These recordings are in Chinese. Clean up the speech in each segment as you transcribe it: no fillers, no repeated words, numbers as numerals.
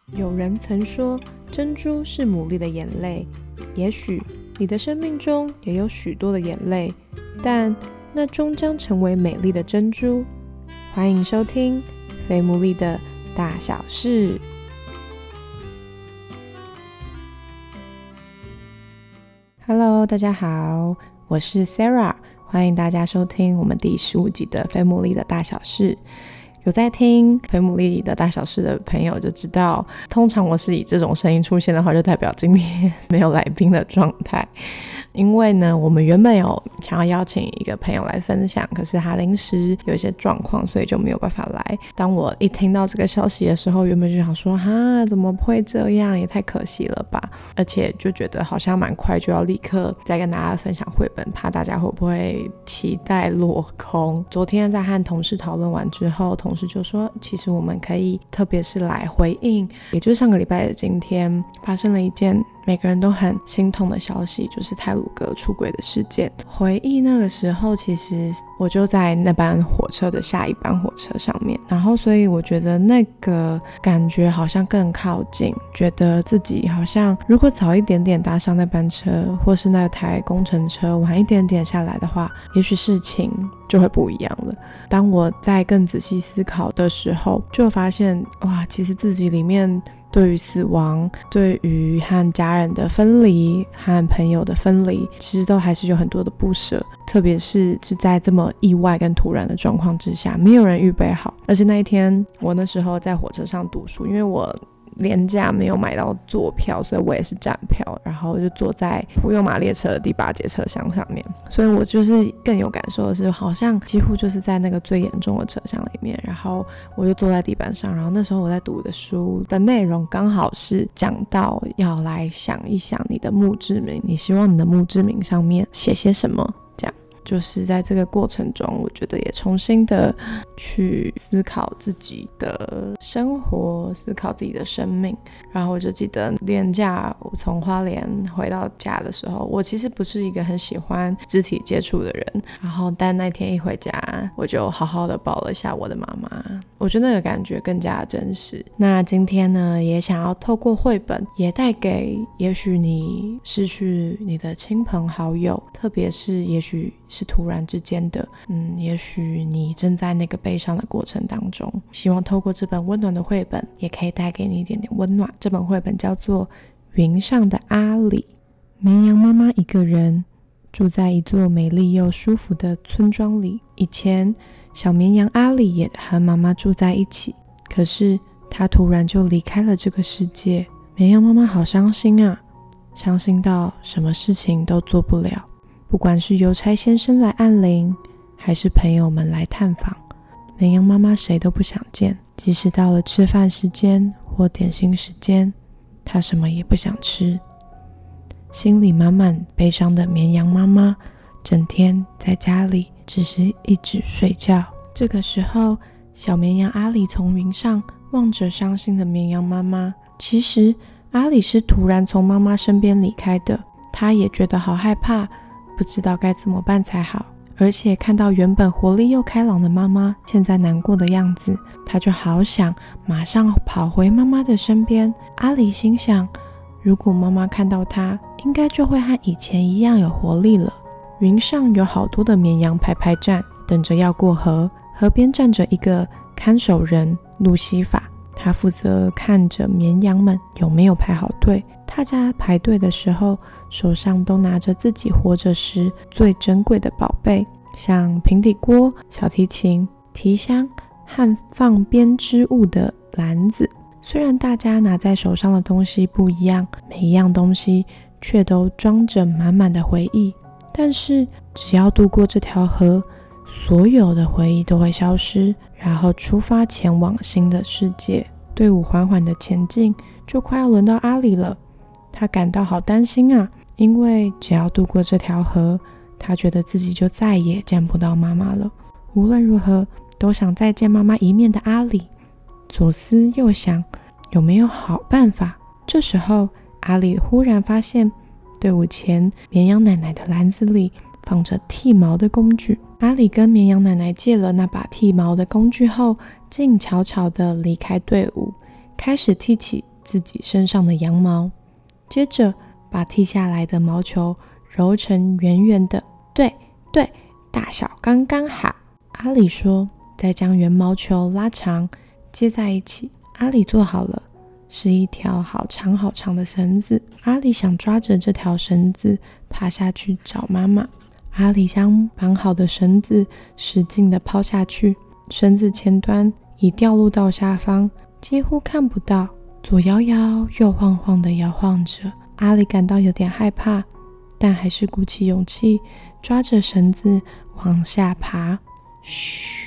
有人曾说，珍珠是牡蛎的眼泪。也许你的生命中也有许多的眼泪，但那终将成为美丽的珍珠。欢迎收听菲牡蛎的大小事。Hello， 大家好，我是 Sarah， 欢迎大家收听我们第15集的菲牡蛎的大小事。有在听菲牡蛎的大小事的朋友就知道，通常我是以这种声音出现的话，就代表今天没有来宾的状态。因为呢，我们原本有想要邀请一个朋友来分享，可是他临时有一些状况，所以就没有办法来。当我一听到这个消息的时候，原本就想说，哈，怎么会这样？也太可惜了吧！而且就觉得好像蛮快就要立刻再跟大家分享绘本，怕大家会不会期待落空。昨天在和同事讨论完之后，同事就说，其实我们可以特别是来回应，也就是上个礼拜的今天发生了一件每个人都很心痛的消息，就是太鲁阁出轨的事件。回忆那个时候，其实我就在那班火车的下一班火车上面，然后所以我觉得那个感觉好像更靠近，觉得自己好像如果早一点点搭上那班车，或是那台工程车晚一点点下来的话，也许事情就会不一样了。当我在更仔细思考的时候，就发现哇，其实自己里面对于死亡，对于和家人的分离，和朋友的分离，其实都还是有很多的不舍，特别是在这么意外跟突然的状况之下，没有人预备好。而且那一天我那时候在火车上读书，因为我廉价没有买到坐票，所以我也是站票，然后就坐在普悠玛列车的第8节车厢上面，所以我就是更有感受的是，好像几乎就是在那个最严重的车厢里面，然后我就坐在地板上，然后那时候我在读的书的内容刚好是讲到要来想一想你的墓志铭，你希望你的墓志铭上面写些什么，这样就是在这个过程中，我觉得也重新的去思考自己的生活，思考自己的生命。然后我就记得连假我从花莲回到家的时候，我其实不是一个很喜欢肢体接触的人，然后但那天一回家，我就好好的抱了一下我的妈妈，我觉得那个感觉更加真实。那今天呢，也想要透过绘本，也带给也许你失去你的亲朋好友，特别是也许是突然之间的，也许你正在那个悲伤的过程当中，希望透过这本温暖的绘本，也可以带给你一点点温暖。这本绘本叫做《云上的阿里》。绵羊妈妈一个人住在一座美丽又舒服的村庄里。以前，小绵羊阿里也和妈妈住在一起，可是她突然就离开了这个世界。绵羊妈妈好伤心啊，伤心到什么事情都做不了。不管是邮差先生来按铃，还是朋友们来探访，绵羊妈妈谁都不想见。即使到了吃饭时间或点心时间，她什么也不想吃。心里满满悲伤的绵羊妈妈，整天在家里只是一直睡觉。这个时候，小绵羊阿里从云上望着伤心的绵羊妈妈。其实阿里是突然从妈妈身边离开的，他也觉得好害怕，不知道该怎么办才好。而且看到原本活力又开朗的妈妈现在难过的样子，他就好想马上跑回妈妈的身边。阿里心想，如果妈妈看到他，应该就会和以前一样有活力了。云上有好多的绵羊排排站，等着要过河。河边站着一个看守人路西法，他负责看着绵羊们有没有排好队。大家排队的时候，手上都拿着自己活着时最珍贵的宝贝，像平底锅、小提琴、提箱和放编织物的篮子。虽然大家拿在手上的东西不一样，每一样东西却都装着满满的回忆，但是只要渡过这条河，所有的回忆都会消失，然后出发前往新的世界。队伍缓缓的前进，就快要轮到阿里了。他感到好担心啊，因为只要渡过这条河，他觉得自己就再也见不到妈妈了。无论如何都想再见妈妈一面的阿里，左思右想，有没有好办法？这时候阿里忽然发现队伍前绵羊奶奶的篮子里放着剃毛的工具。阿里跟绵羊奶奶借了那把剃毛的工具后，静悄悄地离开队伍，开始剃起自己身上的羊毛，接着把剃下来的毛球揉成圆圆的，对，大小刚刚好。阿里说，再将圆毛球拉长接在一起。阿里做好了，是一条好长好长的绳子。阿里想抓着这条绳子爬下去找妈妈。阿里将绑好的绳子使劲地抛下去，绳子前端已掉入到下方，几乎看不到，左摇摇右晃晃地摇晃着。阿里感到有点害怕，但还是鼓起勇气抓着绳子往下爬。嘘，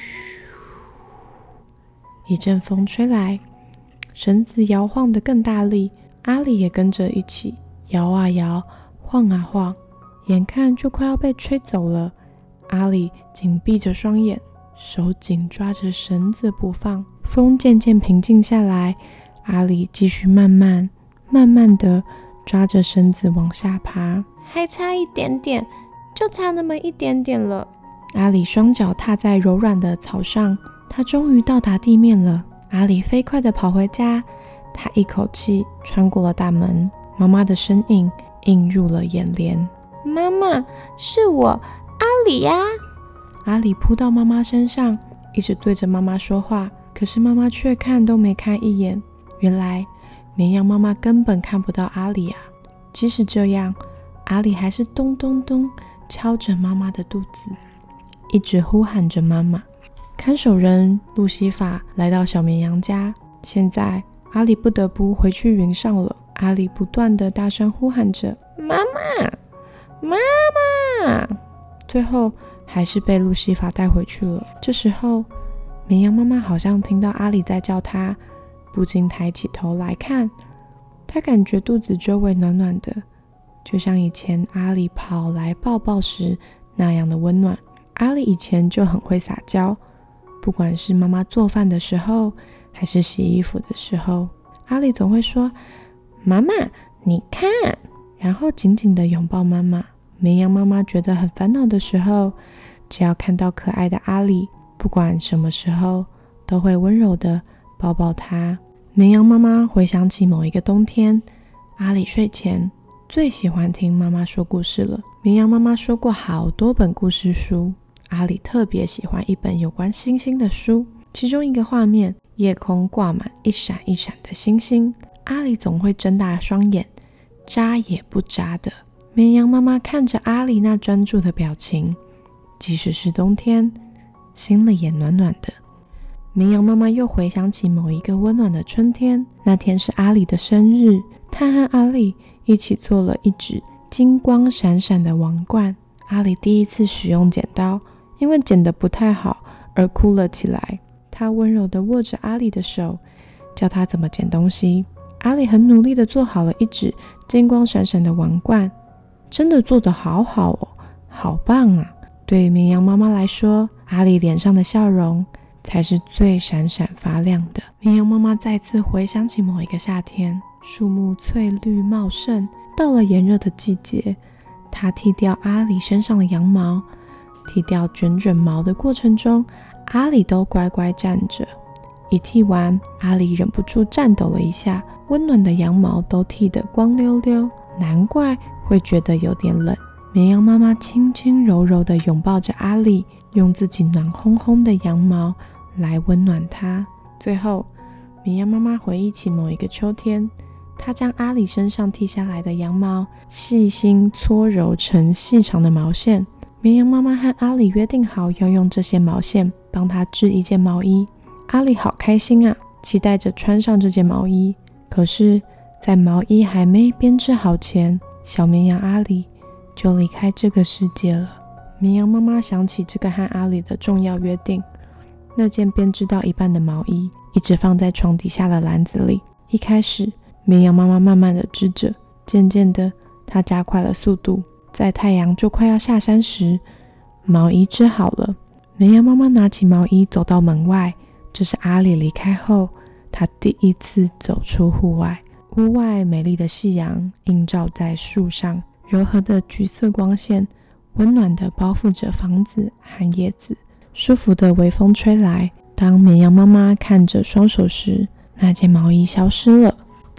一阵风吹来，绳子摇晃得更大力，阿里也跟着一起摇啊摇，晃啊晃，眼看就快要被吹走了。阿里紧闭着双眼，手紧抓着绳子不放。风渐渐平静下来，阿里继续慢慢地抓着绳子往下爬。还差一点点，就差那么一点点了。阿里双脚踏在柔软的草上，他终于到达地面了。阿里飞快地跑回家，他一口气穿过了大门，妈妈的身影映入了眼帘。妈妈，是我，阿里呀！阿里扑到妈妈身上，一直对着妈妈说话，可是妈妈却看都没看一眼。原来绵羊妈妈根本看不到阿里啊！即使这样，阿里还是咚咚咚敲着妈妈的肚子，一直呼喊着妈妈。看守人路西法来到小绵羊家，现在阿里不得不回去云上了。阿里不断地大声呼喊着妈妈，妈妈，最后还是被路西法带回去了。这时候绵羊妈妈好像听到阿里在叫她，不禁抬起头来看，她感觉肚子周围暖暖的，就像以前阿里跑来抱抱时那样的温暖。阿里以前就很会撒娇，不管是妈妈做饭的时候还是洗衣服的时候，阿里总会说妈妈你看，然后紧紧地拥抱妈妈。绵羊妈妈觉得很烦恼的时候，只要看到可爱的阿里，不管什么时候都会温柔地抱抱她。绵羊妈妈回想起某一个冬天，阿里睡前最喜欢听妈妈说故事了。绵羊妈妈说过好多本故事书，阿里特别喜欢一本有关星星的书，其中一个画面，夜空挂满一闪一闪的星星，阿里总会睁大双眼，眨也不眨的。绵羊妈妈看着阿里那专注的表情，即使是冬天，心里也暖暖的。绵羊妈妈又回想起某一个温暖的春天，那天是阿里的生日，她和阿里一起做了一只金光闪闪的王冠。阿里第一次使用剪刀，因为剪得不太好而哭了起来。她温柔地握着阿里的手，教他怎么剪东西。阿里很努力地做好了一只金光闪闪的王冠，真的做得好好哦，好棒啊！对于绵羊妈妈来说，阿里脸上的笑容才是最闪闪发亮的。绵羊妈妈再次回想起某一个夏天，树木翠绿茂盛，到了炎热的季节，她剃掉阿里身上的羊毛，剃掉卷卷毛的过程中，阿里都乖乖站着。一剃完，阿里忍不住颤抖了一下，温暖的羊毛都剃得光溜溜，难怪会觉得有点冷。绵羊妈妈轻轻柔柔地拥抱着阿里，用自己暖烘烘的羊毛来温暖它。最后，绵羊妈妈回忆起某一个秋天，她将阿里身上剃下来的羊毛细心搓揉成细长的毛线。绵羊妈妈和阿里约定好要用这些毛线帮她织一件毛衣。阿里好开心啊，期待着穿上这件毛衣。可是，在毛衣还没编织好前，小绵羊阿里就离开这个世界了。绵羊妈妈想起这个和阿里的重要约定，那件编织到一半的毛衣一直放在床底下的篮子里。一开始，绵羊妈妈慢慢地织着，渐渐的，她加快了速度。在太阳就快要下山时，毛衣织好了。绵羊妈妈拿起毛衣走到门外，这是阿里离开后，她第一次走出户外。屋外美丽的夕阳映照在树上，柔和的橘色光线温暖地包覆着房子和叶子，舒服的微风吹来。当绵羊妈妈看着双手时，那件毛衣消失了。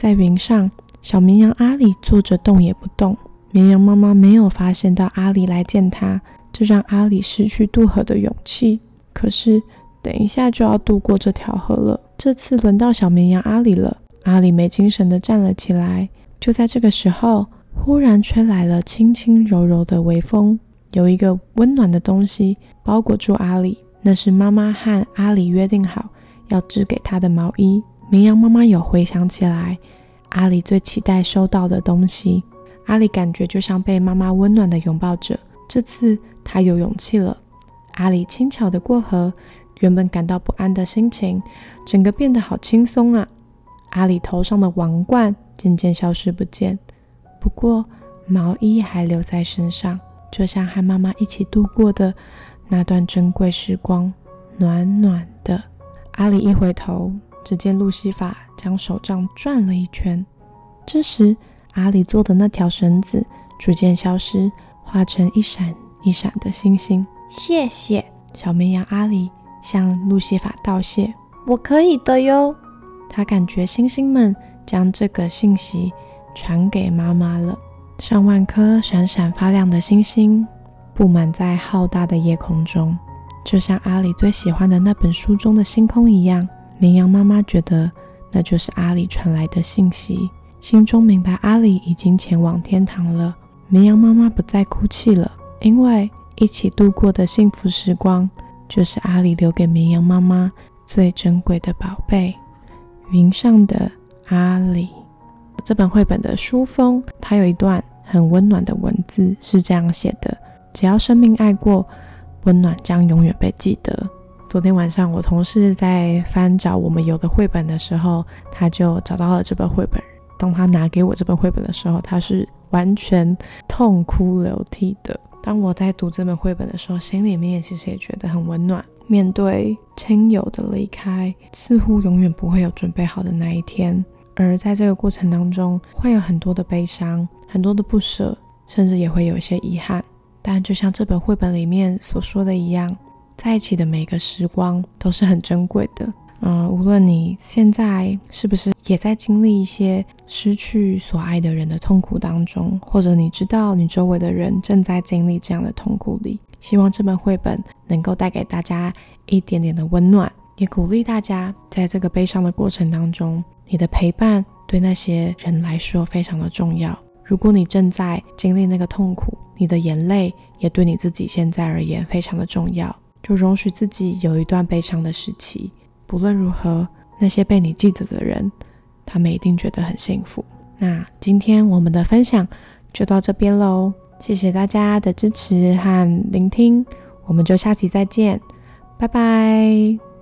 在云上，小绵羊阿里坐着动也不动。绵羊妈妈没有发现到阿里来见她，这让阿里失去渡河的勇气。可是等一下就要渡过这条河了，这次轮到小绵羊阿里了。阿里没精神地站了起来。就在这个时候，忽然吹来了轻轻柔柔的微风，有一个温暖的东西包裹住阿里，那是妈妈和阿里约定好要织给她的毛衣。绵羊妈妈有回想起来阿里最期待收到的东西，阿里感觉就像被妈妈温暖的拥抱着。这次她有勇气了。阿里轻巧地过河，原本感到不安的心情整个变得好轻松啊。阿里头上的王冠渐渐消失不见，不过毛衣还留在身上，就像和妈妈一起度过的那段珍贵时光，暖暖的。阿里一回头，只见路西法将手杖转了一圈。这时阿里做的那条绳子逐渐消失，化成一闪一闪的星星。 谢谢。 小绵羊阿里向路西法道谢。 我可以的哟。 他感觉星星们将这个信息传给妈妈了。上万颗闪闪发亮的星星布满在浩大的夜空中，就像阿里最喜欢的那本书中的星空一样。绵羊妈妈觉得那就是阿里传来的信息，心中明白阿里已经前往天堂了。绵羊妈妈不再哭泣了，因为一起度过的幸福时光就是阿里留给绵羊妈妈最珍贵的宝贝。云上的阿里。这本绘本的书封它有一段很温暖的文字，是这样写的：只要生命爱过，温暖将永远被记得。昨天晚上我同事在翻找我们有的绘本的时候，他就找到了这本绘本。当他拿给我这本绘本的时候，他是完全痛哭流涕的。当我在读这本绘本的时候，心里面其实也觉得很温暖。面对亲友的离开，似乎永远不会有准备好的那一天，而在这个过程当中会有很多的悲伤，很多的不舍，甚至也会有一些遗憾。但就像这本绘本里面所说的一样，在一起的每个时光都是很珍贵的。无论你现在是不是也在经历一些失去所爱的人的痛苦当中，或者你知道你周围的人正在经历这样的痛苦里，希望这本绘本能够带给大家一点点的温暖，也鼓励大家在这个悲伤的过程当中，你的陪伴对那些人来说非常的重要。如果你正在经历那个痛苦，你的眼泪也对你自己现在而言非常的重要，就容许自己有一段悲伤的时期。不论如何，那些被你记得的人，他们一定觉得很幸福。那今天我们的分享就到这边咯，谢谢大家的支持和聆听，我们就下期再见，拜拜。